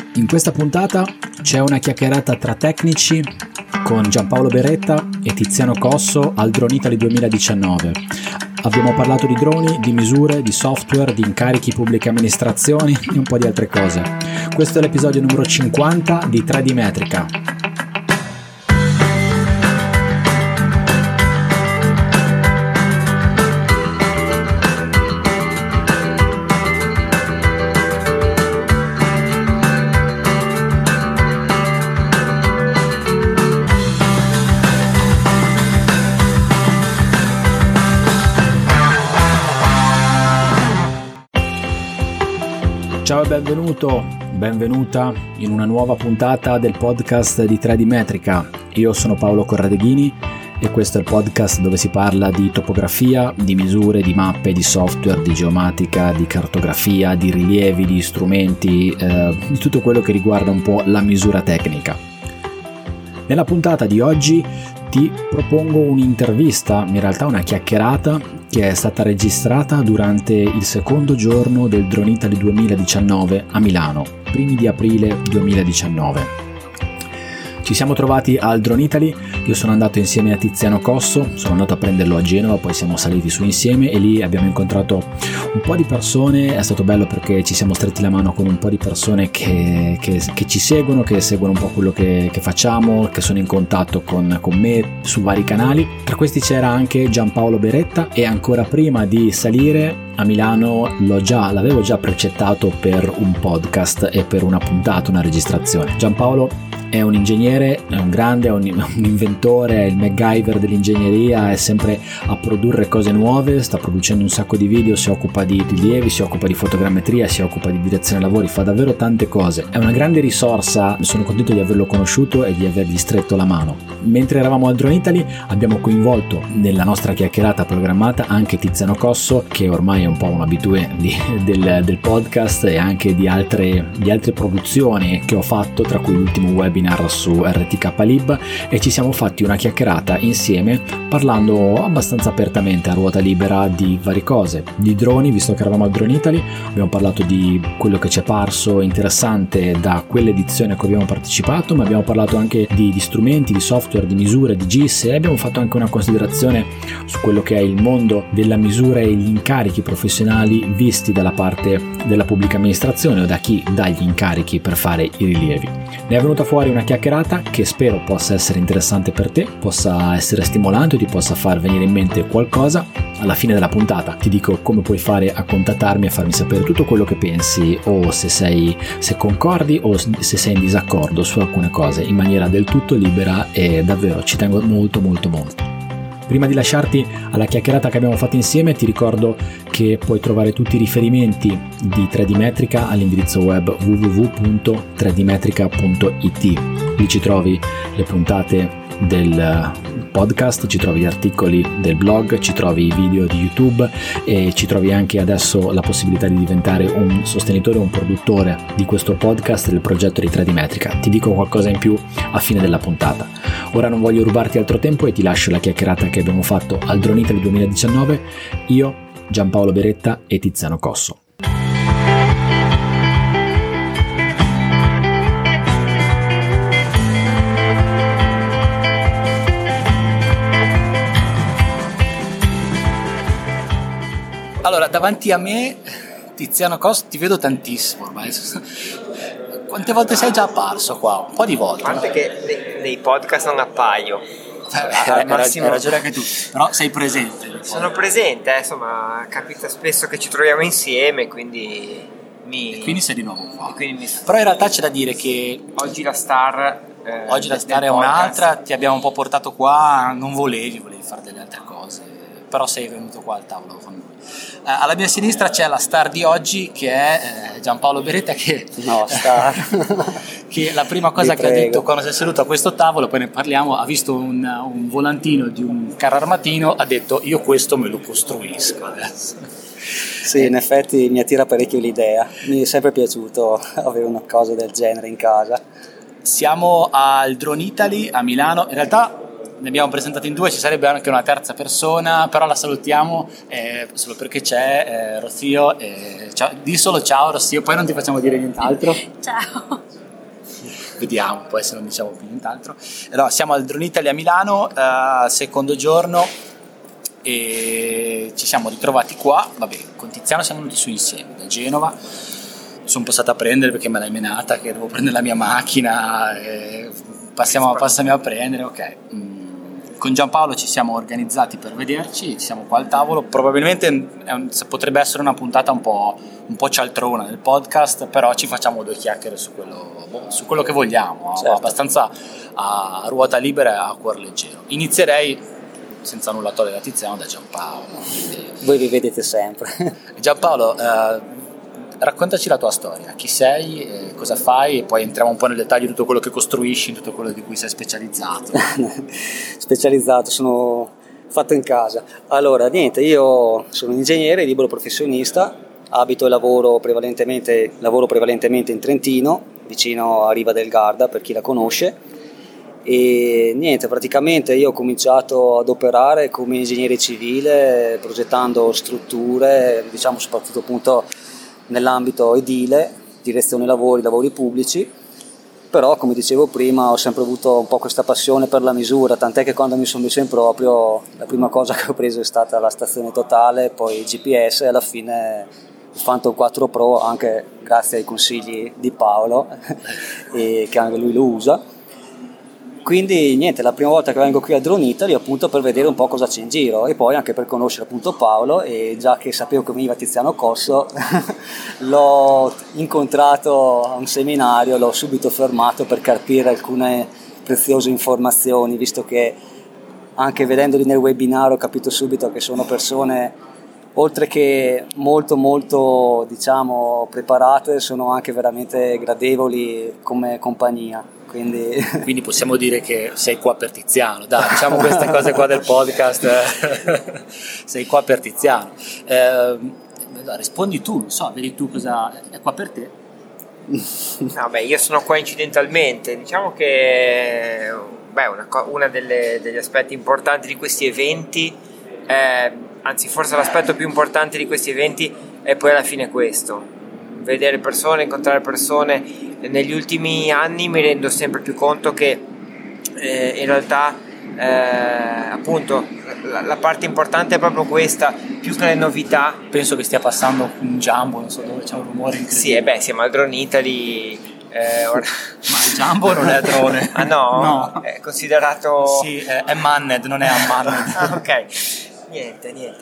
In questa puntata c'è una chiacchierata tra tecnici con Giampaolo Beretta e Tiziano Cosso al Drone Italy 2019. Abbiamo parlato di droni, di misure, di software, di incarichi, pubbliche amministrazioni e un po' di altre cose. Questo è l'episodio numero 50 di 3D Metrica. Ciao e benvenuta in una nuova puntata del podcast di 3D Metrica. Io sono Paolo Corradeghini e questo è il podcast dove si parla di topografia, di misure, di mappe, di software, di geomatica, di cartografia, di rilievi, di strumenti, di tutto quello che riguarda un po' la misura tecnica. Nella puntata di oggi ti propongo un'intervista, in realtà una chiacchierata che è stata registrata durante il secondo giorno del Drone Italy 2019 a Milano, primi di aprile 2019. Ci siamo trovati al Drone Italy, io sono andato insieme a Tiziano Cosso, sono andato a prenderlo a Genova, poi siamo saliti su insieme e lì abbiamo incontrato un po' di persone. È stato bello perché ci siamo stretti la mano con un po' di persone che ci seguono, che seguono un po' quello che facciamo, che sono in contatto con me su vari canali. Tra questi c'era anche Giampaolo Beretta e ancora prima di salire a Milano l'avevo già precettato per un podcast e per una puntata, una registrazione. Giampaolo è un ingegnere, è un grande, è un inventore, è il MacGyver dell'ingegneria, è sempre a produrre cose nuove, sta producendo un sacco di video, si occupa di rilievi, si occupa di fotogrammetria, si occupa di direzione lavori, fa davvero tante cose. È una grande risorsa, sono contento di averlo conosciuto e di avergli stretto la mano. Mentre eravamo al Drone Italy abbiamo coinvolto nella nostra chiacchierata programmata anche Tiziano Cosso, che ormai è un po' un abitué del podcast e anche di altre produzioni che ho fatto, tra cui l'ultimo webinar su RTK Lib, e ci siamo fatti una chiacchierata insieme parlando abbastanza apertamente a ruota libera di varie cose, di droni, visto che eravamo al Drone Italy. Abbiamo parlato di quello che ci è parso interessante da quell'edizione a cui abbiamo partecipato, ma abbiamo parlato anche di strumenti, di software, di misure, di GIS, e abbiamo fatto anche una considerazione su quello che è il mondo della misura e gli incarichi professionali visti dalla parte della pubblica amministrazione o da chi dà gli incarichi per fare i rilievi. Ne è venuta fuori una chiacchierata che spero possa essere interessante per te, possa essere stimolante, ti possa far venire in mente qualcosa. Alla fine della puntata ti dico come puoi fare a contattarmi e farmi sapere tutto quello che pensi, o se concordi o se sei in disaccordo su alcune cose, in maniera del tutto libera, e davvero ci tengo molto. Prima di lasciarti alla chiacchierata che abbiamo fatto insieme, ti ricordo che puoi trovare tutti i riferimenti di 3D Metrica all'indirizzo web www.3dmetrica.it. Lì ci trovi le puntate del podcast, ci trovi gli articoli del blog, ci trovi i video di YouTube e ci trovi anche adesso la possibilità di diventare un sostenitore o un produttore di questo podcast e del progetto di 3D Metrica. Ti dico qualcosa in più a fine della puntata. Ora non voglio rubarti altro tempo e ti lascio la chiacchierata che abbiamo fatto al Drone Italy 2019, io, Giampaolo Beretta e Tiziano Cosso. Allora, davanti a me Tiziano Cosso, ti vedo tantissimo ormai. Quante volte sei già apparso qua? Un po' di volte. A parte che nei podcast non appaio. Hai ragione anche tu, però sei presente. Sono presente, insomma, capita spesso che ci troviamo insieme, quindi quindi sei di nuovo qua. Però in realtà c'è da dire che oggi la star è un'altra, ti abbiamo un po' portato qua, non volevi fare delle altre cose, però sei venuto qua al tavolo con noi. Alla mia sinistra c'è la star di oggi, che è Giampaolo Beretta, che la prima cosa che ha detto quando si è seduto a questo tavolo, poi ne parliamo, ha visto un volantino di un carro armatino, ha detto: io questo me lo costruisco adesso. Sì, in effetti mi attira parecchio l'idea, mi è sempre piaciuto avere una cosa del genere in casa. Siamo al Drone Italy a Milano, in realtà ne abbiamo presentato in due, ci sarebbe anche una terza persona, però la salutiamo solo perché c'è Rossio. Di solo ciao Rossio, poi non ti facciamo dire nient'altro. Ciao. Vediamo, poi se non diciamo più nient'altro. Allora, siamo al Drone Italy a Milano, secondo giorno, e ci siamo ritrovati qua. Vabbè, con Tiziano siamo venuti su insieme da Genova. Sono passato a prendere perché me l'hai menata, che devo prendere la mia macchina. Passami a prendere, ok. Con Giampaolo ci siamo organizzati per vederci, ci siamo qua al tavolo. Probabilmente potrebbe essere una puntata un po' cialtrona del podcast, però ci facciamo due chiacchiere su quello che vogliamo, certo. Abbastanza a ruota libera e a cuor leggero. Inizierei, senza nulla togliere a Tiziano, da Giampaolo. Voi vi vedete sempre. Giampaolo, raccontaci la tua storia, chi sei, cosa fai, e poi entriamo un po' nel dettaglio di tutto quello che costruisci, tutto quello di cui sei specializzato. Specializzato, sono fatto in casa. Allora, niente, io sono un ingegnere libero professionista, abito e lavoro prevalentemente in Trentino, vicino a Riva del Garda, per chi la conosce. E niente, praticamente io ho cominciato ad operare come ingegnere civile, progettando strutture, diciamo soprattutto appunto nell'ambito edile, direzione lavori pubblici, però come dicevo prima ho sempre avuto un po' questa passione per la misura, tant'è che quando mi sono messo in proprio la prima cosa che ho preso è stata la stazione totale, poi il GPS e alla fine il Phantom 4 Pro, anche grazie ai consigli di Paolo e che anche lui lo usa. Quindi niente, la prima volta che vengo qui a Drone Italy appunto per vedere un po' cosa c'è in giro e poi anche per conoscere appunto Paolo, e già che sapevo che veniva Tiziano Cosso l'ho incontrato a un seminario, l'ho subito fermato per capire alcune preziose informazioni, visto che anche vedendoli nel webinar ho capito subito che sono persone, oltre che molto molto diciamo preparate, sono anche veramente gradevoli come compagnia. Quindi possiamo dire che sei qua per Tiziano, dai, diciamo queste cose qua del podcast. Sei qua per Tiziano. Rispondi tu, non so, vedi tu cosa è qua per te. No, io sono qua incidentalmente. Diciamo che una degli aspetti importanti di questi eventi, anzi forse l'aspetto più importante di questi eventi è poi alla fine questo: vedere persone, incontrare persone. Negli ultimi anni mi rendo sempre più conto che in realtà appunto la parte importante è proprio questa, più che le novità. Penso che stia passando un Jumbo, non so dove c'è un rumore incredibile. Sì, siamo al Drone Italy. Ma il Jumbo non è drone. Ah no? No. È considerato... Sì, è manned, non è unmanned. Ah, ok, niente.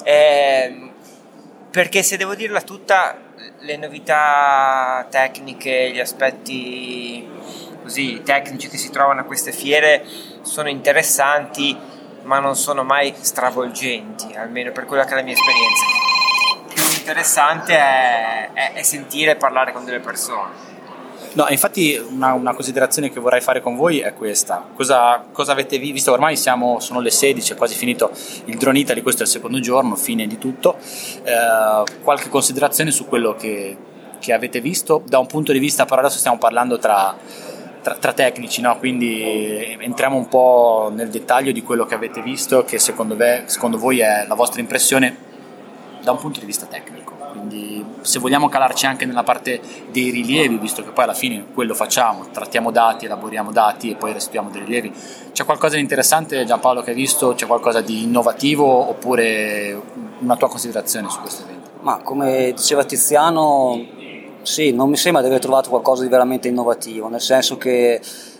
Perché se devo dirla tutta, le novità tecniche, gli aspetti così tecnici che si trovano a queste fiere sono interessanti, ma non sono mai stravolgenti, almeno per quella che è la mia esperienza. Più interessante è sentire e parlare con delle persone. No, infatti una considerazione che vorrei fare con voi è questa: cosa avete visto? Ormai sono le 16, è quasi finito il Drone Italy, questo è il secondo giorno, fine di tutto. Qualche considerazione su quello che avete visto da un punto di vista, però adesso stiamo parlando tra tecnici, no? Quindi entriamo un po' nel dettaglio di quello che avete visto, che secondo voi è la vostra impressione da un punto di vista tecnico. Quindi se vogliamo calarci anche nella parte dei rilievi, visto che poi alla fine quello facciamo, trattiamo dati, elaboriamo dati e poi restituiamo dei rilievi, c'è qualcosa di interessante, Giampaolo, che hai visto? C'è qualcosa di innovativo, oppure una tua considerazione su questo evento? Ma come diceva Tiziano, sì, non mi sembra di aver trovato qualcosa di veramente innovativo, nel senso che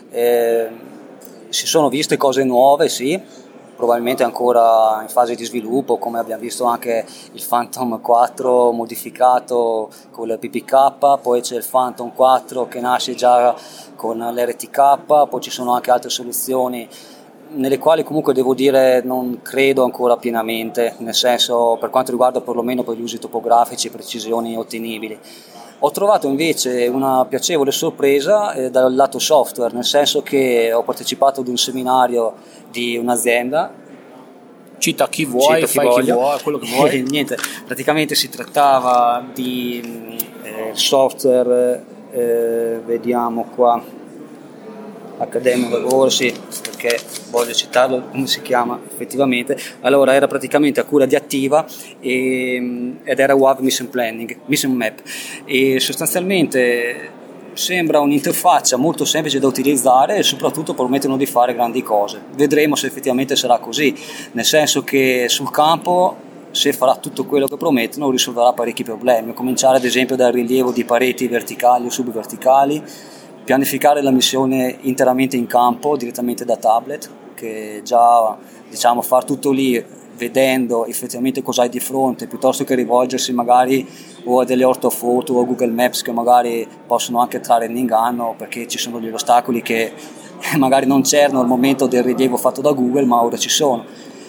si sono viste cose nuove, sì, probabilmente ancora in fase di sviluppo, come abbiamo visto anche il Phantom 4 modificato con il PPK, poi c'è il Phantom 4 che nasce già con l'RTK, poi ci sono anche altre soluzioni nelle quali comunque devo dire non credo ancora pienamente, nel senso per quanto riguarda perlomeno per gli usi topografici e precisioni ottenibili. Ho trovato invece una piacevole sorpresa dal lato software, nel senso che ho partecipato ad un seminario di un'azienda. Cita chi vuoi, quello che vuoi. Niente, praticamente si trattava di software, vediamo qua. Accademia Lavoro, sì, perché voglio citarlo come si chiama effettivamente. Allora era praticamente a cura di Attiva ed era WAV Mission Map, e sostanzialmente sembra un'interfaccia molto semplice da utilizzare e soprattutto promettono di fare grandi cose. Vedremo se effettivamente sarà così, nel senso che sul campo, se farà tutto quello che promettono, risolverà parecchi problemi, a cominciare ad esempio dal rilievo di pareti verticali o subverticali, pianificare la missione interamente in campo direttamente da tablet, che già diciamo far tutto lì vedendo effettivamente cosa hai di fronte, piuttosto che rivolgersi magari o a delle ortofoto o a Google Maps, che magari possono anche trarre in inganno, perché ci sono degli ostacoli che magari non c'erano al momento del rilievo fatto da Google, ma ora ci sono.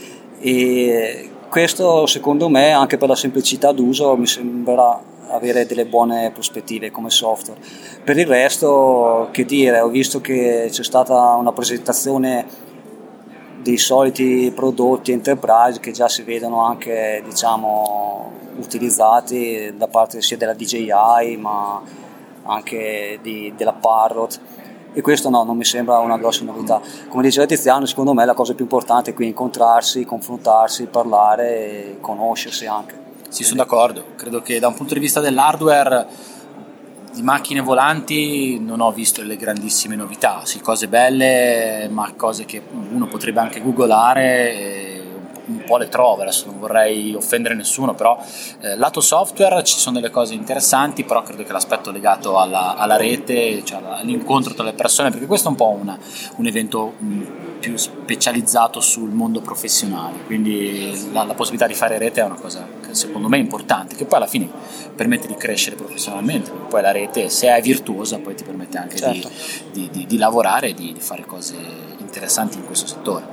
E questo secondo me, anche per la semplicità d'uso, mi sembra avere delle buone prospettive come software. Per il resto, che dire, ho visto che c'è stata una presentazione dei soliti prodotti enterprise che già si vedono anche, diciamo, utilizzati da parte sia della DJI ma anche della Parrot, e questo no, non mi sembra una grossa novità. Come diceva Tiziano, secondo me la cosa più importante è qui incontrarsi, confrontarsi, parlare e conoscersi anche. Sì, sono d'accordo. Credo che da un punto di vista dell'hardware, di macchine volanti, non ho visto le grandissime novità. Sì, cose belle, ma cose che uno potrebbe anche googolare e un po' le trovo. Adesso non vorrei offendere nessuno, però lato software ci sono delle cose interessanti, però credo che l'aspetto legato alla rete, cioè all'incontro tra le persone, perché questo è un po' un evento più specializzato sul mondo professionale, quindi la possibilità di fare rete è una cosa che secondo me è importante, che poi alla fine permette di crescere professionalmente, perché poi la rete, se è virtuosa, poi ti permette anche certo. di lavorare e di fare cose interessanti in questo settore.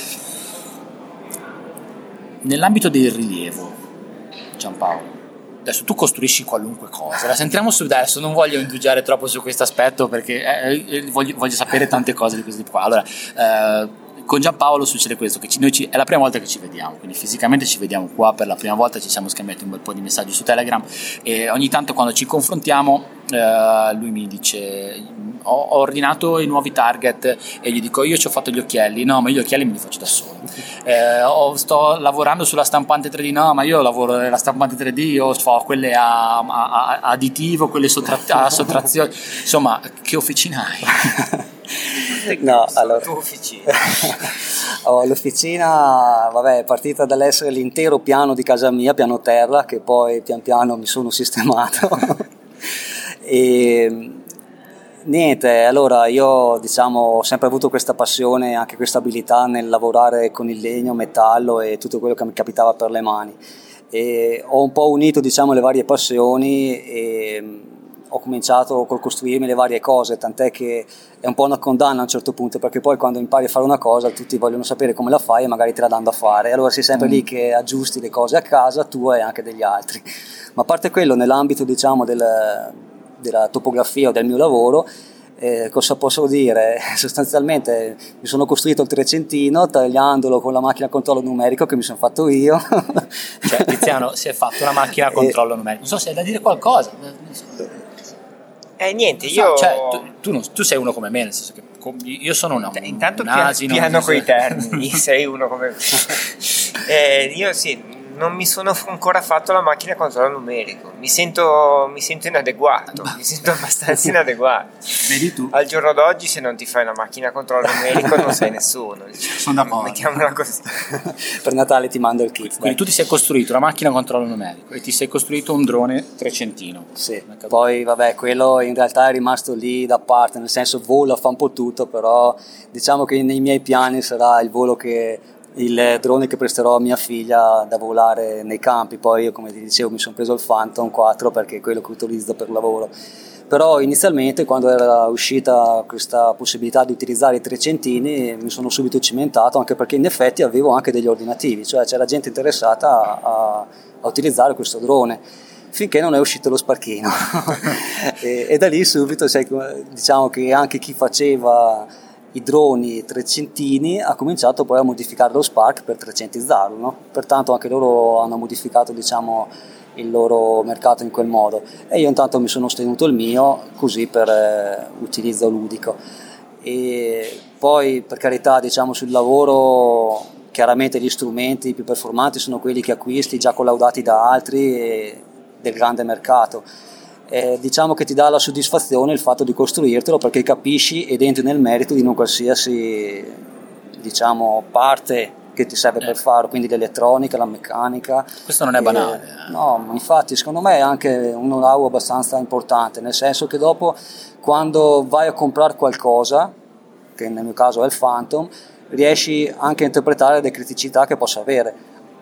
Nell'ambito del rilievo, Giampaolo, adesso tu costruisci qualunque cosa, la sentiamo subito. Adesso non voglio indugiare troppo su questo aspetto, perché voglio sapere tante cose di questo tipo qua. Allora, con Giampaolo succede questo, che è la prima volta che ci vediamo, quindi fisicamente ci vediamo qua per la prima volta, ci siamo scambiati un bel po' di messaggi su Telegram, e ogni tanto quando ci confrontiamo lui mi dice: ho ordinato i nuovi target, e gli dico: io ci ho fatto gli occhiali. No, ma io gli occhiali me li faccio da solo. Sto lavorando sulla stampante 3D. No, ma io lavoro nella stampante 3D, io ho quelle a additivo, quelle a sottrazione. Insomma, che officina hai? No, allora, officina. L'officina, vabbè, è partita dall'essere l'intero piano di casa mia, piano terra, che poi pian piano mi sono sistemato. E niente, allora io, diciamo, ho sempre avuto questa passione, anche questa abilità nel lavorare con il legno, metallo e tutto quello che mi capitava per le mani, e ho un po' unito, diciamo, le varie passioni e ho cominciato col costruirmi le varie cose, tant'è che è un po' una condanna a un certo punto, perché poi quando impari a fare una cosa tutti vogliono sapere come la fai e magari te la danno a fare, allora sei sempre lì che aggiusti le cose a casa tua e anche degli altri. Ma a parte quello, nell'ambito, diciamo, della topografia o del mio lavoro, cosa posso dire? Sostanzialmente mi sono costruito il trecentino tagliandolo con la macchina a controllo numerico che mi sono fatto io. Cioè Tiziano si è fatto una macchina a controllo numerico, non so se hai da dire qualcosa. Niente, io... Cioè, tu sei uno come me, nel senso che io sono intanto un asino. Piano coi termini, sei uno come me. Io sì, non mi sono ancora fatto la macchina a controllo numerico, mi sento inadeguato, mi sento abbastanza inadeguato. Vedi tu? Al giorno d'oggi, se non ti fai una macchina a controllo numerico non sei nessuno, diciamo. Sono d'accordo. Mettiamola così. Per Natale ti mando il kit. Quindi tu ti sei costruito una macchina a controllo numerico e ti sei costruito un drone trecentino. Sì, poi vabbè, quello in realtà è rimasto lì da parte, nel senso vola, fa un po' tutto, però diciamo che nei miei piani sarà il drone che presterò a mia figlia da volare nei campi. Poi io, come ti dicevo, mi sono preso il Phantom 4 perché è quello che utilizzo per lavoro, però inizialmente, quando era uscita questa possibilità di utilizzare i trecentini, mi sono subito cimentato, anche perché in effetti avevo anche degli ordinativi, cioè c'era gente interessata a utilizzare questo drone, finché non è uscito lo sparchino. e da lì subito, diciamo che anche chi faceva i droni trecentini ha cominciato poi a modificare lo Spark per trecentizzarlo, no? Pertanto anche loro hanno modificato, diciamo, il loro mercato in quel modo, e io intanto mi sono stenuto il mio così per utilizzo ludico. E poi, per carità, diciamo, sul lavoro chiaramente gli strumenti più performanti sono quelli che acquisti già collaudati da altri e del grande mercato. Diciamo che ti dà la soddisfazione il fatto di costruirtelo, perché capisci ed entri nel merito di una qualsiasi, diciamo, parte che ti serve per farlo, quindi l'elettronica, la meccanica. Questo non è banale. No, infatti secondo me è anche un know-how abbastanza importante, nel senso che dopo, quando vai a comprare qualcosa, che nel mio caso è il Phantom, riesci anche a interpretare le criticità che possa avere,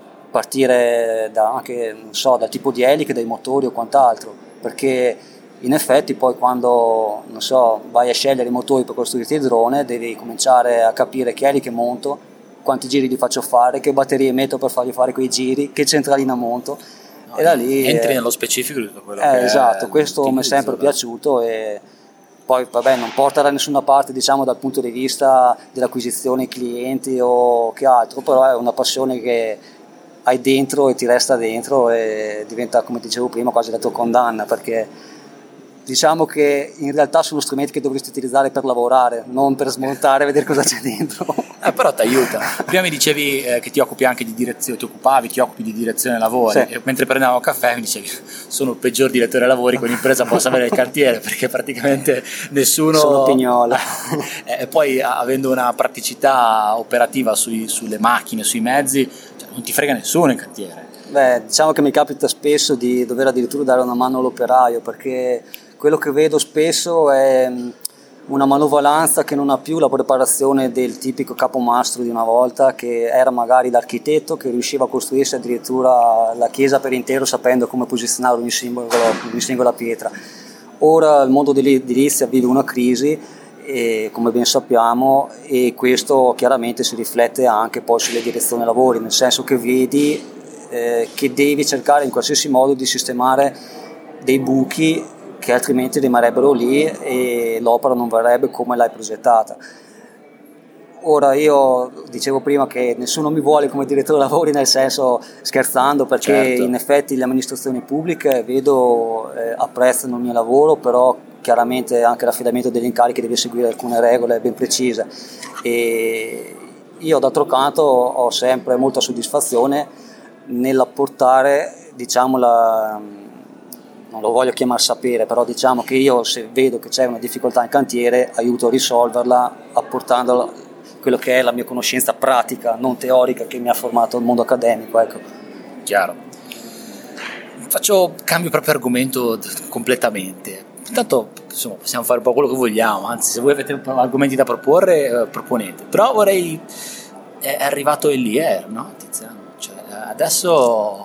partire da, anche, non so, dal tipo di eliche, dai motori o quant'altro, perché in effetti poi quando, non so, vai a scegliere i motori per costruirti il drone, devi cominciare a capire che eliche monto, quanti giri li faccio fare, che batterie metto per fargli fare quei giri, che centralina monto, e da lì entri nello specifico di tutto quello che esatto, questo mi è sempre piaciuto, e poi vabbè, non porta da nessuna parte, diciamo, dal punto di vista dell'acquisizione clienti o che altro, però è una passione che hai dentro e ti resta dentro e diventa, come dicevo prima, quasi la tua condanna, perché diciamo che in realtà sono strumenti che dovresti utilizzare per lavorare, non per smontare e vedere cosa c'è dentro. Però ti aiuta. Prima mi dicevi che ti occupi anche di direzione, ti occupi di direzione lavori, sì. E mentre prendevamo caffè mi dicevi sono il peggior direttore lavori che un'impresa possa avere nel cantiere, perché praticamente nessuno... Sono pignola. E poi avendo una praticità operativa sulle macchine, sui mezzi, cioè, non ti frega nessuno in cantiere. Beh, diciamo che mi capita spesso di dover addirittura dare una mano all'operaio, perché quello che vedo spesso è una manovalanza che non ha più la preparazione del tipico capomastro di una volta, che era magari l'architetto che riusciva a costruirsi addirittura la chiesa per intero sapendo come posizionare ogni singola pietra. Ora il mondo dell'edilizia vive una crisi, e, come ben sappiamo, e questo chiaramente si riflette anche poi sulle direzioni lavori, nel senso che vedi che devi cercare in qualsiasi modo di sistemare dei buchi che altrimenti rimarrebbero lì e l'opera non verrebbe come l'hai progettata. Ora, io dicevo prima che nessuno mi vuole come direttore lavori, nel senso, scherzando, perché certo, in effetti le amministrazioni pubbliche vedo apprezzano il mio lavoro, però chiaramente anche l'affidamento degli incarichi deve seguire alcune regole ben precise, e io d'altro canto ho sempre molta soddisfazione nell'apportare, diciamo, non lo voglio chiamare sapere, però diciamo che io, se vedo che c'è una difficoltà in cantiere, aiuto a risolverla apportando quello che è la mia conoscenza pratica, non teorica, che mi ha formato il mondo accademico, ecco. Chiaro. Cambio proprio argomento completamente. Intanto, insomma, possiamo fare un po' quello che vogliamo, anzi, se voi avete argomenti da proporre, proponete. Però è arrivato il LIER, no, Tiziano? Cioè, adesso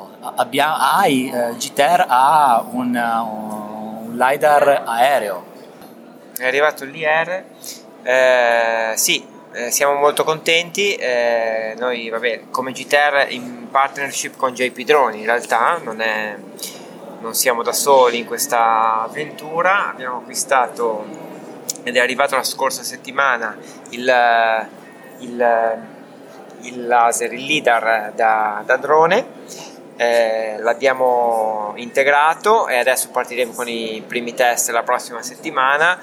GTER ha un LiDAR aereo. È arrivato l'IR, sì, siamo molto contenti. Noi, vabbè, come GTER in partnership con JP Drone, in realtà non siamo da soli in questa avventura. Abbiamo acquistato, ed è arrivato la scorsa settimana, il laser, il LiDAR da drone. L'abbiamo integrato e adesso partiremo con i primi test la prossima settimana.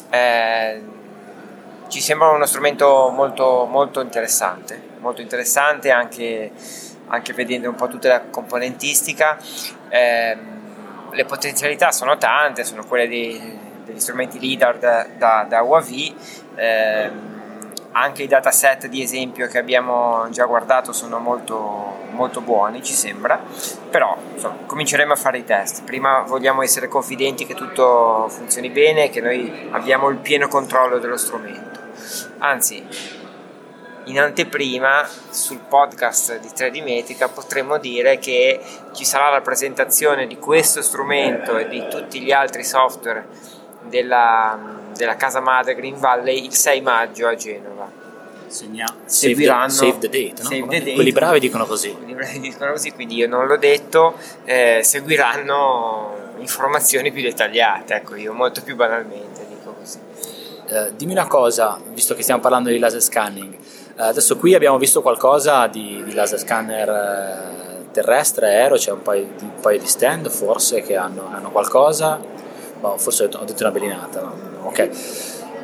Ci sembra uno strumento molto, molto interessante anche vedendo un po' tutta la componentistica. Le potenzialità sono tante, sono quelle degli strumenti LiDAR da UAV. Anche i dataset di esempio che abbiamo già guardato sono molto, molto buoni, ci sembra, però insomma, cominceremo a fare i test. Prima vogliamo essere confidenti che tutto funzioni bene e che noi abbiamo il pieno controllo dello strumento. Anzi, in anteprima sul podcast di 3D Metrica potremmo dire che ci sarà la presentazione di questo strumento e di tutti gli altri software della casa madre Green Valley il 6 maggio a Genova. Save the date, no? Save the date. Quelli bravi dicono così, quindi io non l'ho detto. Seguiranno informazioni più dettagliate, ecco, io molto più banalmente dico così. Dimmi una cosa, visto che stiamo parlando di laser scanning, adesso qui abbiamo visto qualcosa di laser scanner terrestre, aereo, c'è un paio di stand forse che hanno qualcosa. Forse ho detto una belinata, no? Ok.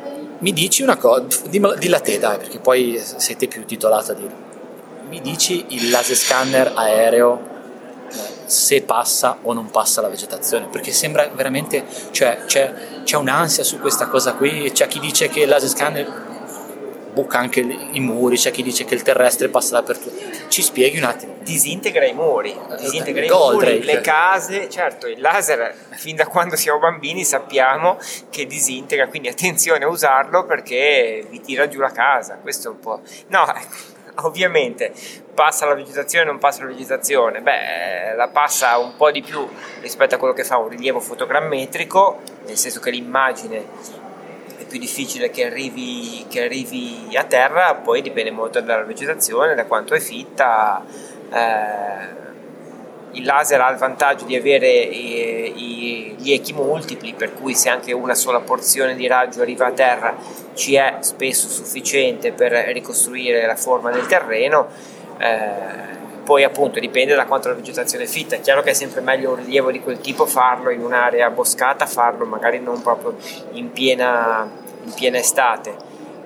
Mi dici una cosa, dilla te dai, perché poi sei te più titolato a dire. Mi dici il laser scanner aereo se passa o non passa la vegetazione, perché sembra veramente, cioè c'è un'ansia su questa cosa qui. C'è chi dice che il laser scanner buca anche i muri, c'è chi dice che il terrestre passa dappertutto. Ci spieghi un attimo? Disintegra i muri, le case. Certo, il laser fin da quando siamo bambini sappiamo che disintegra, quindi attenzione a usarlo perché vi tira giù la casa. Questo è un po'... No, ovviamente passa la vegetazione o non passa la vegetazione? Beh, la passa un po' di più rispetto a quello che fa un rilievo fotogrammetrico, nel senso che l'immagine è più difficile che arrivi a terra, poi dipende molto dalla vegetazione, da quanto è fitta. Il laser ha il vantaggio di avere gli echi multipli, per cui se anche una sola porzione di raggio arriva a terra ci è spesso sufficiente per ricostruire la forma del terreno. Poi appunto dipende da quanto la vegetazione è fitta. È chiaro che è sempre meglio un rilievo di quel tipo farlo in un'area boscata, farlo magari non proprio in piena estate,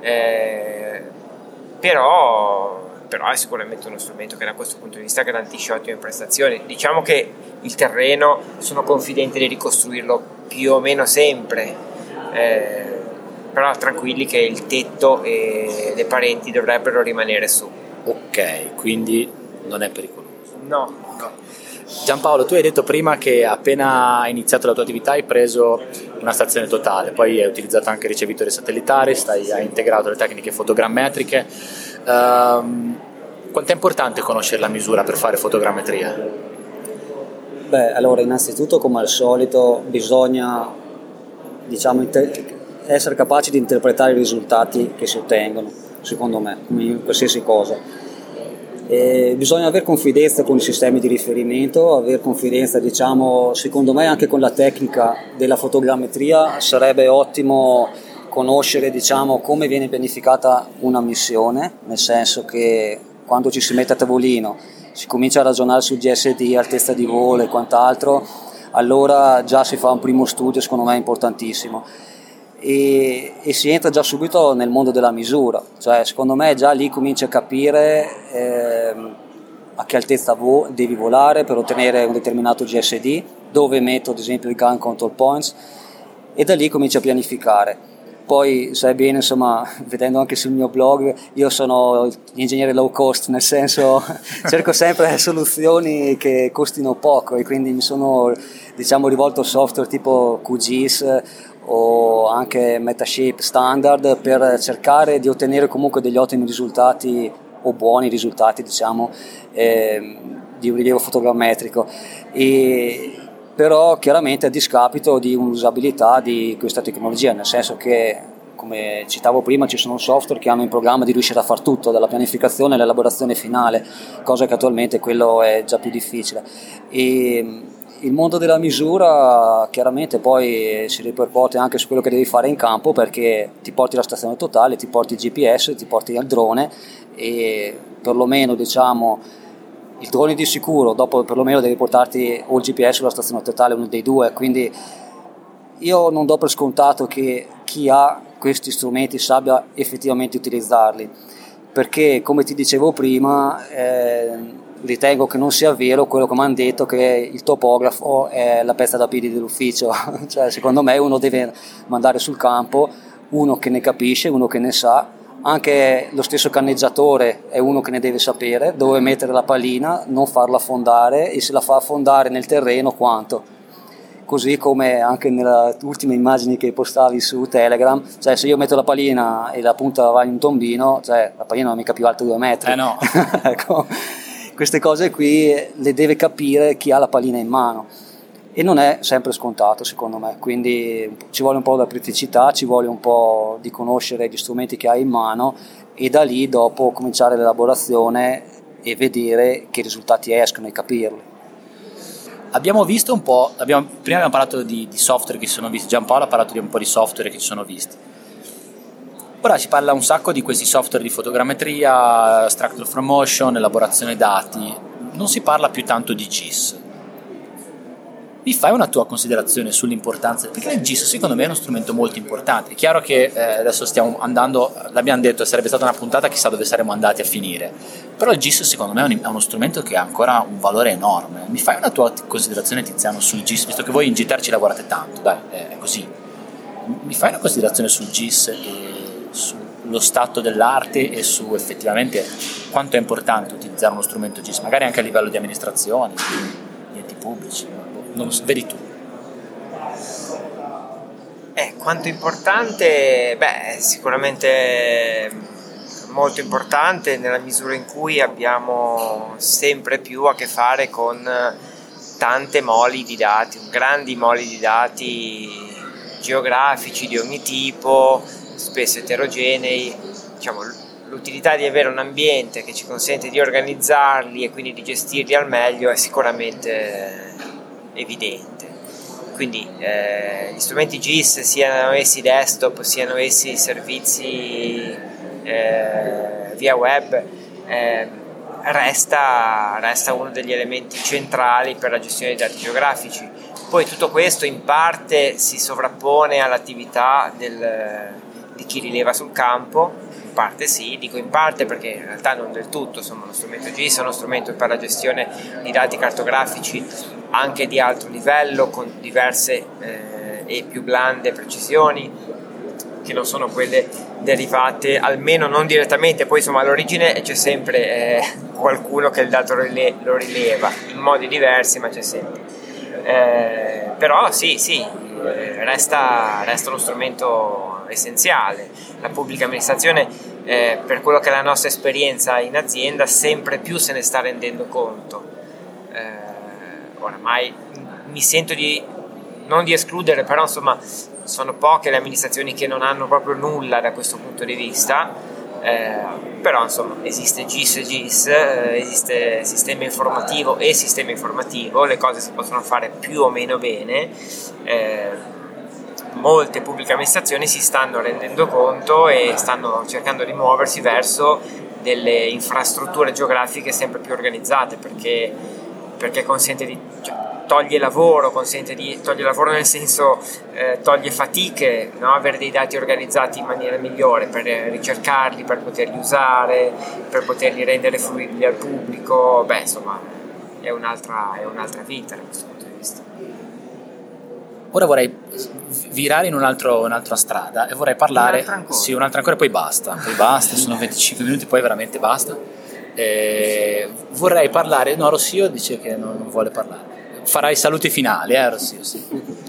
però è sicuramente uno strumento che da questo punto di vista garantisce ottime prestazioni. Diciamo che il terreno sono confidente di ricostruirlo più o meno sempre, però tranquilli che il tetto e le pareti dovrebbero rimanere su. Ok, quindi non è pericoloso. No. Giampaolo, tu hai detto prima che appena hai iniziato la tua attività hai preso una stazione totale, poi hai utilizzato anche ricevitore satellitare, hai integrato le tecniche fotogrammetriche. Quanto è importante conoscere la misura per fare fotogrammetria? Beh, allora innanzitutto, come al solito, bisogna essere capaci di interpretare i risultati che si ottengono, secondo me, come in qualsiasi cosa. Bisogna avere confidenza con i sistemi di riferimento, avere confidenza, secondo me anche con la tecnica della fotogrammetria. Sarebbe ottimo conoscere come viene pianificata una missione, nel senso che quando ci si mette a tavolino si comincia a ragionare sul GSD, altezza di volo e quant'altro, allora già si fa un primo studio, secondo me importantissimo, e si entra già subito nel mondo della misura. Cioè, secondo me già lì cominci a capire a che altezza devi volare per ottenere un determinato GSD, dove metto ad esempio i gun control points, e da lì cominci a pianificare. Poi sai bene, insomma, vedendo anche sul mio blog, io sono l'ingegnere low cost, nel senso cerco sempre soluzioni che costino poco, e quindi mi sono rivolto a software tipo QGIS o anche Metashape standard per cercare di ottenere comunque degli ottimi risultati o buoni risultati di un rilievo fotogrammetrico, però chiaramente a discapito di un'usabilità di questa tecnologia, nel senso che, come citavo prima, ci sono software che hanno in programma di riuscire a far tutto, dalla pianificazione all'elaborazione finale, cosa che attualmente quello è già più difficile. E il mondo della misura chiaramente poi si ripercuote anche su quello che devi fare in campo, perché ti porti la stazione totale, ti porti il GPS, ti porti il drone, e perlomeno il drone di sicuro, dopo perlomeno devi portarti o il GPS o la stazione totale, uno dei due. Quindi io non do per scontato che chi ha questi strumenti sappia effettivamente utilizzarli, perché come ti dicevo prima ritengo che non sia vero quello che mi hanno detto, che il topografo è la pezza da piedi dell'ufficio. Cioè, secondo me uno deve mandare sul campo uno che ne capisce, uno che ne sa. Anche lo stesso canneggiatore è uno che ne deve sapere dove mettere la pallina, non farla affondare, e se la fa affondare nel terreno quanto. Così come anche nelle ultime immagini che postavi su Telegram, cioè se io metto la pallina e la punta va in un tombino, cioè la pallina non è mica più alta 2 metri. No. Ecco, queste cose qui le deve capire chi ha la pallina in mano, e non è sempre scontato, secondo me. Quindi ci vuole un po' di praticità, ci vuole un po' di conoscere gli strumenti che hai in mano, e da lì dopo cominciare l'elaborazione e vedere che risultati escono e capirli. Abbiamo visto un po', prima abbiamo parlato di software che si sono visti, Giampaolo ha parlato di un po' di software che ci sono visti. Ora si parla un sacco di questi software di fotogrammetria, structure from motion, elaborazione dati, non si parla più tanto di GIS. mi fai una tua considerazione sull'importanza, perché il GIS secondo me è uno strumento molto importante. È chiaro che adesso stiamo andando, l'abbiamo detto, sarebbe stata una puntata, chissà dove saremmo andati a finire, però il GIS secondo me è uno strumento che ha ancora un valore enorme. Mi fai una tua considerazione, Tiziano, sul GIS, visto che voi in GTR ci lavorate tanto, dai, è così. Mi fai una considerazione sul GIS e sullo stato dell'arte e su effettivamente quanto è importante utilizzare uno strumento GIS, magari anche a livello di amministrazione, di enti pubblici, non so, vedi tu. Quanto importante? Beh, sicuramente molto importante nella misura in cui abbiamo sempre più a che fare con tante moli di dati, grandi moli di dati geografici di ogni tipo, spesso eterogenei. Diciamo, l'utilità di avere un ambiente che ci consente di organizzarli e quindi di gestirli al meglio è sicuramente evidente. Quindi gli strumenti GIS, siano essi desktop, siano essi servizi via web, resta uno degli elementi centrali per la gestione dei dati geografici. Poi tutto questo in parte si sovrappone all'attività di chi rileva sul campo, in parte sì, dico in parte perché in realtà non del tutto. Insomma, lo strumento GIS è uno strumento per la gestione di dati cartografici anche di alto livello, con diverse e più blande precisioni, che non sono quelle derivate, almeno non direttamente. Poi insomma all'origine c'è sempre qualcuno che il dato lo rileva in modi diversi, ma c'è sempre. Però sì, resta uno strumento essenziale. La pubblica amministrazione, per quello che è la nostra esperienza in azienda, sempre più se ne sta rendendo conto. Oramai mi sento non di escludere, però insomma sono poche le amministrazioni che non hanno proprio nulla da questo punto di vista. Però insomma esiste GIS e GIS, esiste sistema informativo e sistema informativo, le cose si possono fare più o meno bene. Molte pubbliche amministrazioni si stanno rendendo conto e stanno cercando di muoversi verso delle infrastrutture geografiche sempre più organizzate, perché consente toglie lavoro nel senso toglie fatiche, no? Avere dei dati organizzati in maniera migliore per ricercarli, per poterli usare, per poterli rendere fruibili al pubblico. Beh, insomma, è un'altra vita da questo punto di vista. Ora vorrei virare in un'altra strada e vorrei parlare un'altra ancora, poi basta, sono 25 minuti, poi veramente basta. Vorrei parlare, no, Rossio dice che non vuole parlare. Farai i saluti finali, Rossio? Sì.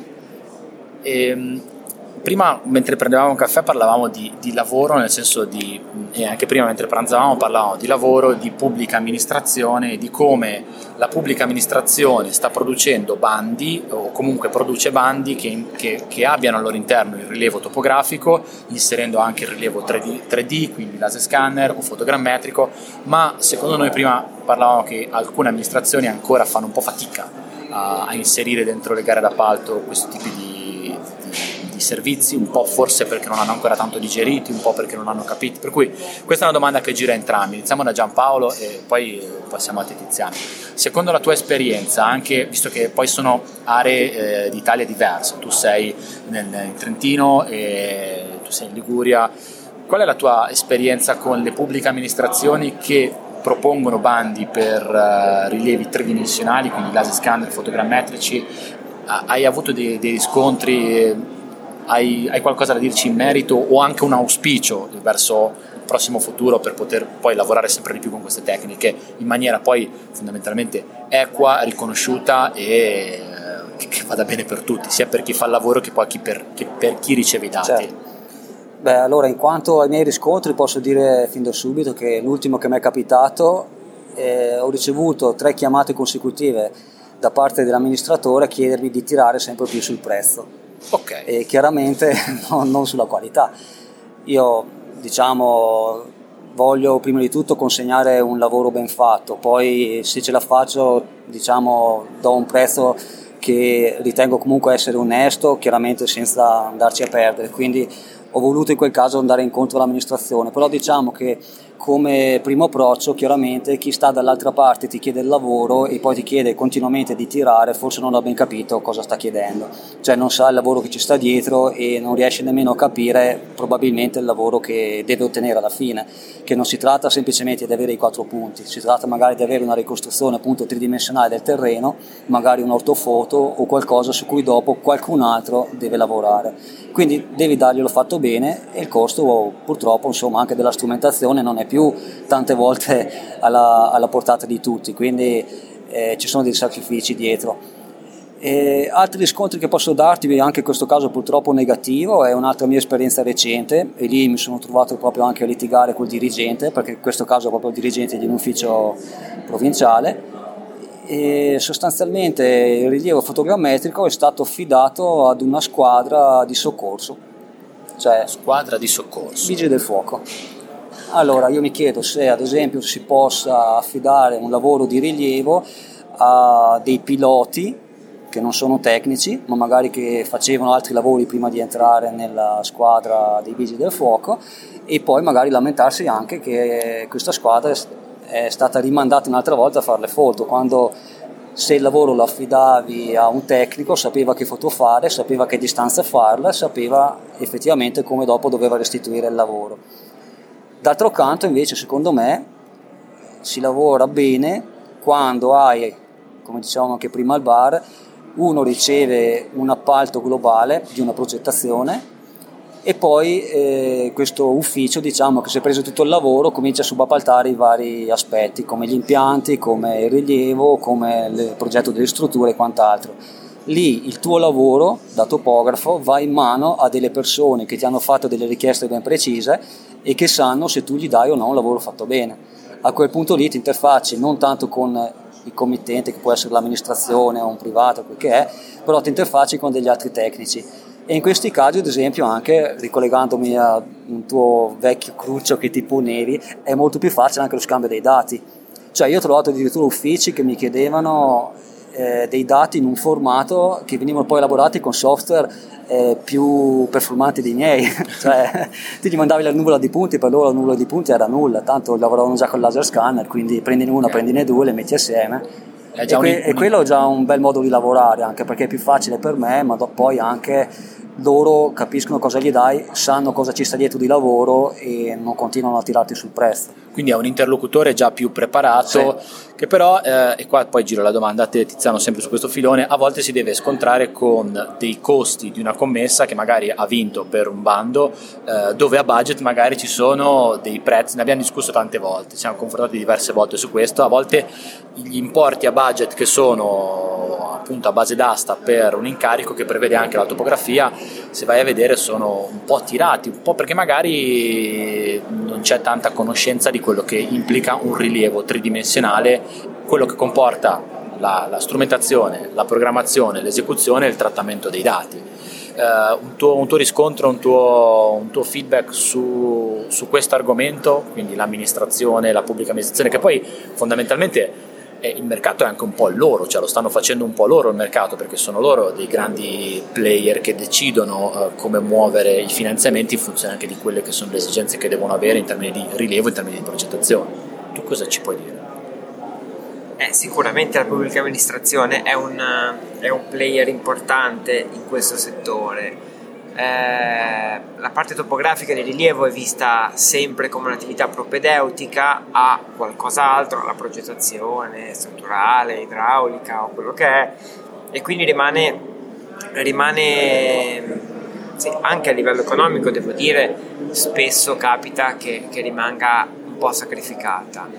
Prima, mentre prendevamo un caffè, parlavamo di lavoro, nel senso e anche prima mentre pranzavamo parlavamo di lavoro, di pubblica amministrazione e di come la pubblica amministrazione sta producendo bandi, o comunque produce bandi che abbiano al loro interno il rilievo topografico, inserendo anche il rilievo 3D, quindi laser scanner o fotogrammetrico, ma secondo noi prima parlavamo che alcune amministrazioni ancora fanno un po' fatica a inserire dentro le gare d'appalto questo tipo di servizi, un po' forse perché non hanno ancora tanto digeriti, un po' perché non hanno capito, per cui questa è una domanda che gira a entrambi. Iniziamo da Giampaolo e poi passiamo a te, Tiziano. Secondo la tua esperienza, anche visto che poi sono aree d'Italia diverse, tu sei in Trentino e tu sei in Liguria, qual è la tua esperienza con le pubbliche amministrazioni che propongono bandi per rilievi tridimensionali, quindi laser scanner, fotogrammetrici? Hai avuto dei riscontri? Hai qualcosa da dirci in merito, o anche un auspicio verso il prossimo futuro per poter poi lavorare sempre di più con queste tecniche in maniera poi fondamentalmente equa, riconosciuta e che vada bene per tutti, sia per chi fa il lavoro che poi per chi riceve i dati? Certo. Beh, allora, in quanto ai miei riscontri, posso dire fin da subito che l'ultimo che mi è capitato, ho ricevuto 3 chiamate consecutive da parte dell'amministratore a chiedermi di tirare sempre più sul prezzo. Okay. E chiaramente non sulla qualità. Io voglio prima di tutto consegnare un lavoro ben fatto, poi se ce la faccio do un prezzo che ritengo comunque essere onesto, chiaramente senza andarci a perdere, quindi ho voluto in quel caso andare incontro all'amministrazione, però diciamo che come primo approccio chiaramente chi sta dall'altra parte ti chiede il lavoro e poi ti chiede continuamente di tirare, forse non ha ben capito cosa sta chiedendo, cioè non sa il lavoro che ci sta dietro e non riesce nemmeno a capire probabilmente il lavoro che deve ottenere alla fine, che non si tratta semplicemente di avere i 4 punti, si tratta magari di avere una ricostruzione appunto tridimensionale del terreno, magari un ortofoto o qualcosa su cui dopo qualcun altro deve lavorare, quindi devi darglielo fatto bene e il costo purtroppo insomma anche della strumentazione non è più tante volte alla portata di tutti, quindi ci sono dei sacrifici dietro. E altri riscontri che posso darti, anche in questo caso purtroppo negativo, è un'altra mia esperienza recente e lì mi sono trovato proprio anche a litigare col dirigente, perché in questo caso è proprio il dirigente di un ufficio provinciale, e sostanzialmente il rilievo fotogrammetrico è stato affidato ad una squadra di soccorso, cioè squadra di soccorso, vigili del fuoco. Allora io mi chiedo se ad esempio si possa affidare un lavoro di rilievo a dei piloti che non sono tecnici ma magari che facevano altri lavori prima di entrare nella squadra dei vigili del fuoco e poi magari lamentarsi anche che questa squadra è stata rimandata un'altra volta a fare le foto, quando se il lavoro lo affidavi a un tecnico sapeva che foto fare, sapeva che distanza farla, sapeva effettivamente come dopo doveva restituire il lavoro. D'altro canto invece secondo me si lavora bene quando hai, come dicevamo anche prima al bar, uno riceve un appalto globale di una progettazione e poi questo ufficio, diciamo che si è preso tutto il lavoro, comincia a subappaltare i vari aspetti come gli impianti, come il rilievo, come il progetto delle strutture e quant'altro. Lì il tuo lavoro da topografo va in mano a delle persone che ti hanno fatto delle richieste ben precise e che sanno se tu gli dai o no un lavoro fatto bene. A quel punto lì ti interfacci non tanto con il committente, che può essere l'amministrazione o un privato, quel che è, però ti interfacci con degli altri tecnici. E in questi casi, ad esempio, anche ricollegandomi a un tuo vecchio cruccio che ti ponevi, è molto più facile anche lo scambio dei dati. Cioè io ho trovato addirittura uffici che mi chiedevano dei dati in un formato che venivano poi elaborati con software più performanti dei miei, cioè tu gli mandavi la nuvola di punti, per loro la nuvola di punti era nulla, tanto lavoravano già con il laser scanner, quindi prendine una, prendine due, le metti assieme e quello è già un bel modo di lavorare, anche perché è più facile per me, ma poi anche loro capiscono cosa gli dai, sanno cosa ci sta dietro di lavoro e non continuano a tirarti sul prezzo. Quindi è un interlocutore già più preparato, sì. Che però, e qua poi giro la domanda a te Tiziano sempre su questo filone, a volte si deve scontrare con dei costi di una commessa che magari ha vinto per un bando, dove a budget magari ci sono dei prezzi, ne abbiamo discusso tante volte, ci siamo confrontati diverse volte su questo, a volte gli importi a budget che sono appunto a base d'asta per un incarico che prevede anche la topografia, se vai a vedere sono un po' tirati, un po' perché magari non c'è tanta conoscenza di quello che implica un rilievo tridimensionale, quello che comporta la strumentazione, la programmazione, l'esecuzione e il trattamento dei dati. Un tuo riscontro, un tuo feedback su questo argomento, quindi l'amministrazione, la pubblica amministrazione, che poi fondamentalmente il mercato è anche un po' loro, cioè lo stanno facendo un po' loro il mercato, perché sono loro dei grandi player che decidono come muovere i finanziamenti in funzione anche di quelle che sono le esigenze che devono avere in termini di rilievo, in termini di progettazione. Tu cosa ci puoi dire? Sicuramente la pubblica amministrazione è un player importante in questo settore. La parte topografica di rilievo è vista sempre come un'attività propedeutica a qualcos'altro, alla progettazione strutturale, idraulica o quello che è, e quindi rimane sì, anche a livello economico devo dire spesso capita che rimanga un po' sacrificata.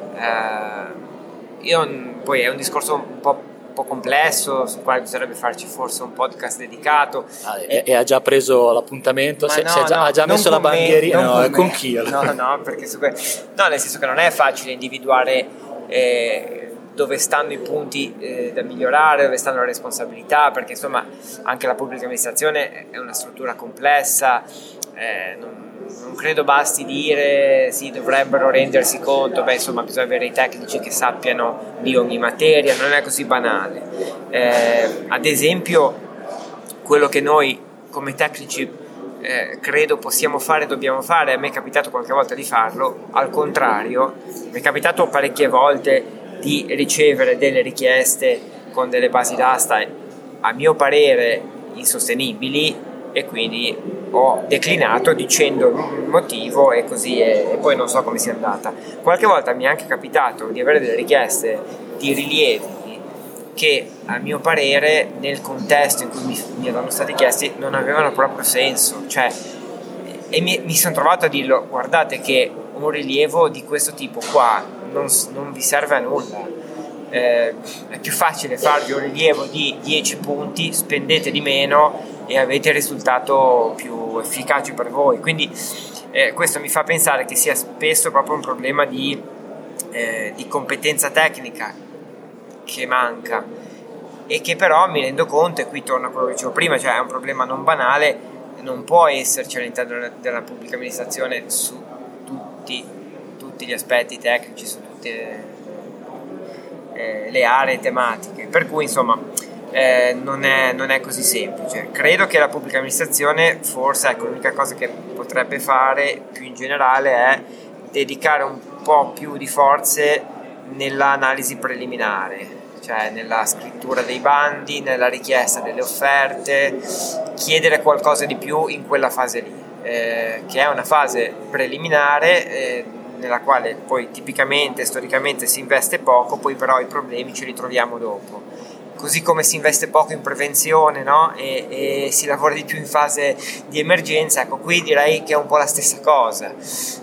Poi è un discorso un po' complesso sul quale bisognerebbe farci forse un podcast dedicato. E ha già preso l'appuntamento, ha già messo la bandierina, no, con chi? No, perché nel senso che non è facile individuare dove stanno i punti da migliorare, dove stanno le responsabilità, perché insomma anche la pubblica amministrazione è una struttura complessa, non credo basti dire sì, dovrebbero rendersi conto, insomma bisogna avere i tecnici che sappiano di ogni materia, non è così banale. Ad esempio quello che noi come tecnici credo possiamo fare, dobbiamo fare. A me è capitato qualche volta di farlo, al contrario mi è capitato parecchie volte di ricevere delle richieste con delle basi d'asta a mio parere insostenibili, e quindi ho declinato dicendo il motivo e così, e poi non so come sia andata. Qualche volta mi è anche capitato di avere delle richieste di rilievi che a mio parere nel contesto in cui mi erano stati chiesti non avevano proprio senso, cioè, e mi sono trovato a dirlo: guardate che un rilievo di questo tipo qua non vi serve a nulla. È più facile farvi un rilievo di 10 punti, spendete di meno e avete il risultato più efficace per voi. Quindi questo mi fa pensare che sia spesso proprio un problema di competenza tecnica che manca, e che però mi rendo conto, e qui torno a quello che dicevo prima, cioè è un problema non banale, non può esserci all'interno della pubblica amministrazione su tutti gli aspetti tecnici, su tutte le aree tematiche, per cui insomma non è così semplice. Credo che la pubblica amministrazione, forse l'unica cosa che potrebbe fare più in generale è dedicare un po' più di forze nell'analisi preliminare, cioè nella scrittura dei bandi, nella richiesta delle offerte, chiedere qualcosa di più in quella fase lì, che è una fase preliminare nella quale poi tipicamente, storicamente si investe poco, poi però i problemi ci ritroviamo dopo. Così come si investe poco in prevenzione, no? e si lavora di più in fase di emergenza, ecco, qui direi che è un po' la stessa cosa.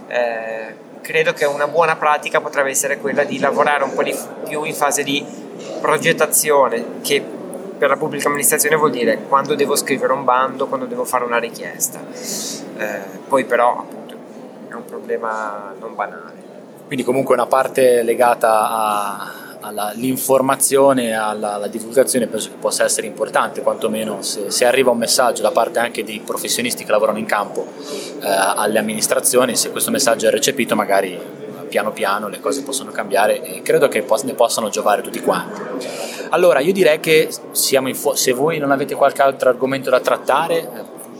Credo che una buona pratica potrebbe essere quella di lavorare un po' di più in fase di progettazione, che per la pubblica amministrazione vuol dire quando devo scrivere un bando, quando devo fare una richiesta. Poi però appunto è un problema non banale. Quindi comunque una parte legata all'informazione, alla divulgazione, penso che possa essere importante, quantomeno se arriva un messaggio da parte anche di professionisti che lavorano in campo alle amministrazioni, se questo messaggio è recepito magari piano piano le cose possono cambiare e credo che ne possano giovare tutti quanti. Allora io direi che siamo se voi non avete qualche altro argomento da trattare,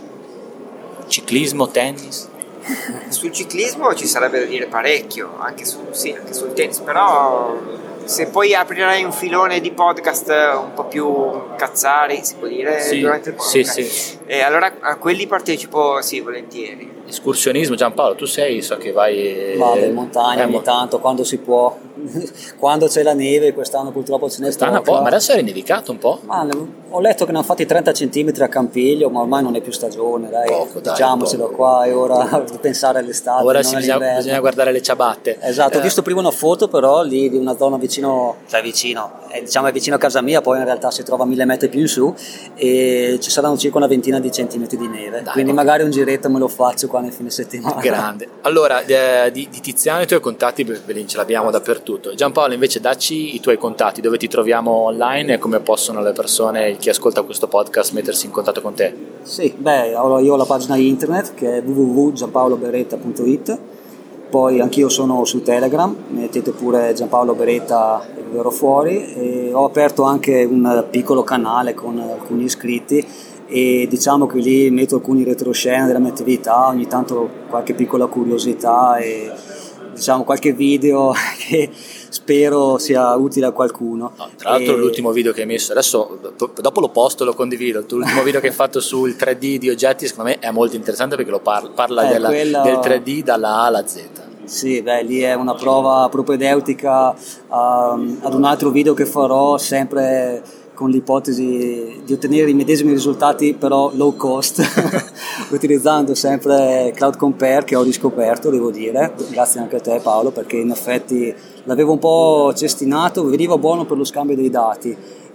ciclismo, tennis. Sul ciclismo ci sarebbe da dire parecchio, anche sul tennis, però se poi aprirai un filone di podcast un po' più cazzari, si può dire, sì, durante il podcast, sì. E allora a quelli partecipo volentieri. Escursionismo, Giampaolo, tu so che vai in montagna ogni tanto quando si può, quando c'è la neve. Quest'anno purtroppo ce n'è poca. Ma adesso è nevicato un po'? Ho letto che ne hanno fatti 30 cm a Campiglio, ma ormai non è più stagione, diciamocelo, qua è ora di pensare all'estate. Ora bisogna guardare le ciabatte. Esatto, ho visto prima una foto però lì di una zona vicino è vicino a casa mia, poi in realtà si trova 1000 metri più in su e ci saranno circa una ventina di centimetri di neve, quindi magari un giretto me lo faccio qua nel fine settimana. Grande. Allora di Tiziano i tuoi contatti ce l'abbiamo dappertutto. Giampaolo invece dacci i tuoi contatti, dove ti troviamo online e come possono le persone, chi ascolta questo podcast, mettersi in contatto con te. Sì, allora io ho la pagina internet che è www.giampaoloberetta.it, poi anch'io sono su Telegram, mettete pure Giampaolo Beretta e vi verrò fuori, e ho aperto anche un piccolo canale con alcuni iscritti e diciamo che lì metto alcuni retroscena della mia attività, ogni tanto qualche piccola curiosità e diciamo qualche video che spero sia utile a qualcuno. Tra l'altro l'ultimo video che hai messo, adesso dopo lo posto, lo condivido, l'ultimo video che hai fatto sul 3D di oggetti secondo me è molto interessante perché lo parla del 3D dalla A alla Z. Sì, lì è una prova propedeutica ad un altro video che farò sempre con l'ipotesi di ottenere i medesimi risultati però low cost utilizzando sempre Cloud Compare, che ho riscoperto, devo dire, grazie anche a te Paolo, perché in effetti l'avevo un po' cestinato, veniva buono per lo scambio dei dati,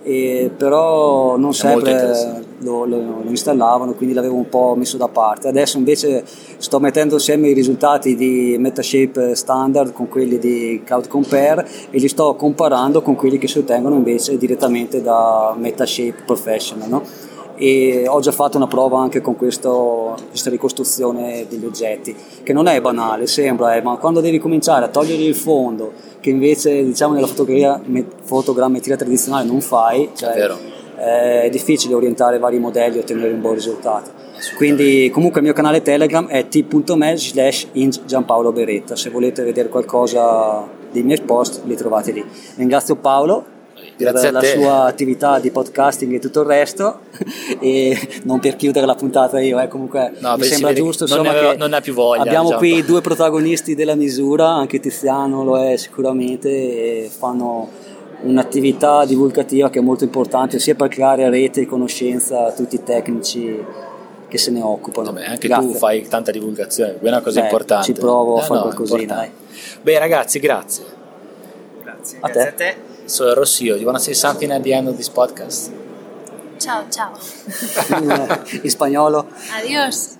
però non sempre lo installavano, quindi l'avevo un po' messo da parte. Adesso invece sto mettendo insieme i risultati di Metashape standard con quelli di Cloud Compare e li sto comparando con quelli che si ottengono invece direttamente da Metashape Professional, no? E ho già fatto una prova anche con questa ricostruzione degli oggetti, che non è banale, sembra, ma quando devi cominciare a togliere il fondo, che invece diciamo nella fotogrammetria tradizionale non fai, cioè, è difficile orientare vari modelli e ottenere un buon risultato. Quindi comunque il mio canale Telegram è t.me/Gianpaolo Beretta, se volete vedere qualcosa dei miei post li trovate lì. Ringrazio Paolo per la sua attività di podcasting e tutto il resto, e non per chiudere la puntata io, comunque mi sembra giusto, insomma, non ha più voglia. Abbiamo qui due protagonisti della misura, anche Tiziano lo è sicuramente, e fanno un'attività divulgativa che è molto importante sia per creare rete e conoscenza a tutti i tecnici che se ne occupano. Vabbè, anche grazie. Tu fai tanta divulgazione, è una cosa importante. Ci provo a fare qualcosina. Dai. Beh ragazzi, grazie. Grazie a te. So Rossio, do you want to say something at the end of this podcast? Ciao. In spagnolo. Adios.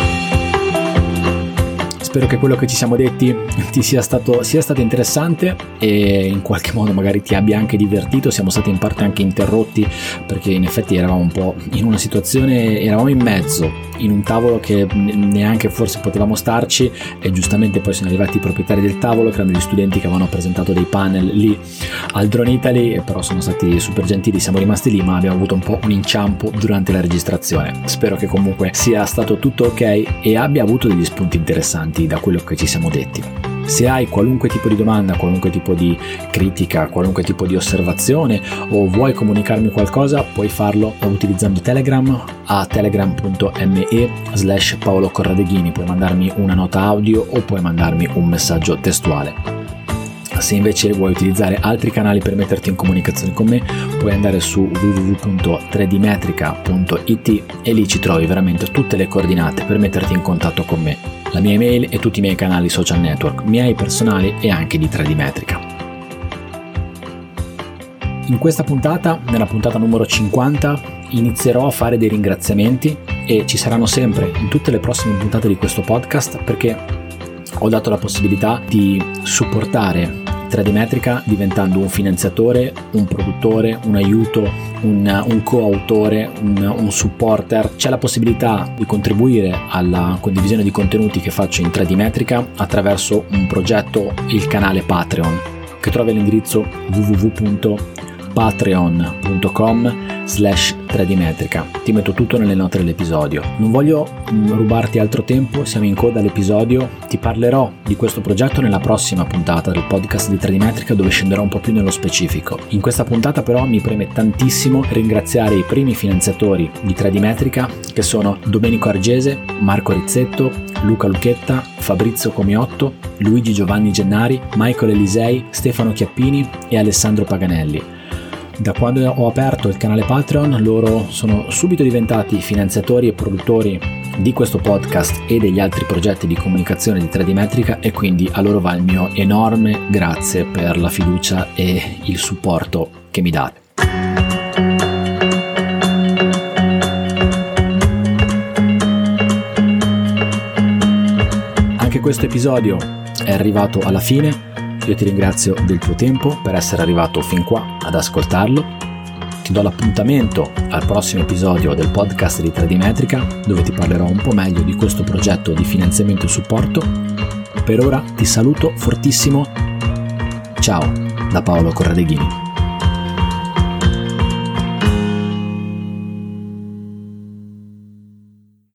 Spero che quello che ci siamo detti ti sia stato interessante e in qualche modo magari ti abbia anche divertito. Siamo stati in parte anche interrotti perché in effetti eravamo un po' in una situazione, eravamo in mezzo in un tavolo che neanche forse potevamo starci, e giustamente poi sono arrivati i proprietari del tavolo, che erano degli studenti che avevano presentato dei panel lì al Drone Italy, e però sono stati super gentili, siamo rimasti lì, ma abbiamo avuto un po' un inciampo durante la registrazione. Spero che comunque sia stato tutto ok e abbia avuto degli spunti interessanti da quello che ci siamo detti. Se hai qualunque tipo di domanda, qualunque tipo di critica, qualunque tipo di osservazione, o vuoi comunicarmi qualcosa, puoi farlo utilizzando Telegram a telegram.me/Paolo Corradeghini. Puoi mandarmi una nota audio o puoi mandarmi un messaggio testuale. Se invece vuoi utilizzare altri canali per metterti in comunicazione con me, puoi andare su www.3dmetrica.it e lì ci trovi veramente tutte le coordinate per metterti in contatto con me, la mia email e tutti i miei canali social network, miei personali e anche di 3D Metrica. In questa puntata, nella puntata numero 50, inizierò a fare dei ringraziamenti, e ci saranno sempre in tutte le prossime puntate di questo podcast, perché ho dato la possibilità di supportare 3D Metrica diventando un finanziatore, un produttore, un aiuto, un coautore, un supporter. C'è la possibilità di contribuire alla condivisione di contenuti che faccio in 3D Metrica attraverso un progetto, il canale Patreon, che trovi all'indirizzo www.patreon.com/3D Metrica. Ti metto tutto nelle note dell'episodio. Non voglio rubarti altro tempo, siamo in coda all'episodio. Ti parlerò di questo progetto nella prossima puntata del podcast di 3D Metrica, dove scenderò un po' più nello specifico. In questa puntata però mi preme tantissimo ringraziare i primi finanziatori di 3D Metrica, che sono Domenico Argese, Marco Rizzetto, Luca Lucchetta, Fabrizio Comiotto, Luigi Giovanni Gennari, Michael Elisei, Stefano Chiappini e Alessandro Paganelli. Da quando ho aperto il canale Patreon, loro sono subito diventati finanziatori e produttori di questo podcast e degli altri progetti di comunicazione di 3D Metrica, e quindi a loro va il mio enorme grazie per la fiducia e il supporto che mi date. Anche questo episodio è arrivato alla fine. Io ti ringrazio del tuo tempo per essere arrivato fin qua ad ascoltarlo. Ti do l'appuntamento al prossimo episodio del podcast di 3D Metrica, dove ti parlerò un po' meglio di questo progetto di finanziamento e supporto. Per ora ti saluto fortissimo. Ciao da Paolo Corradeghini.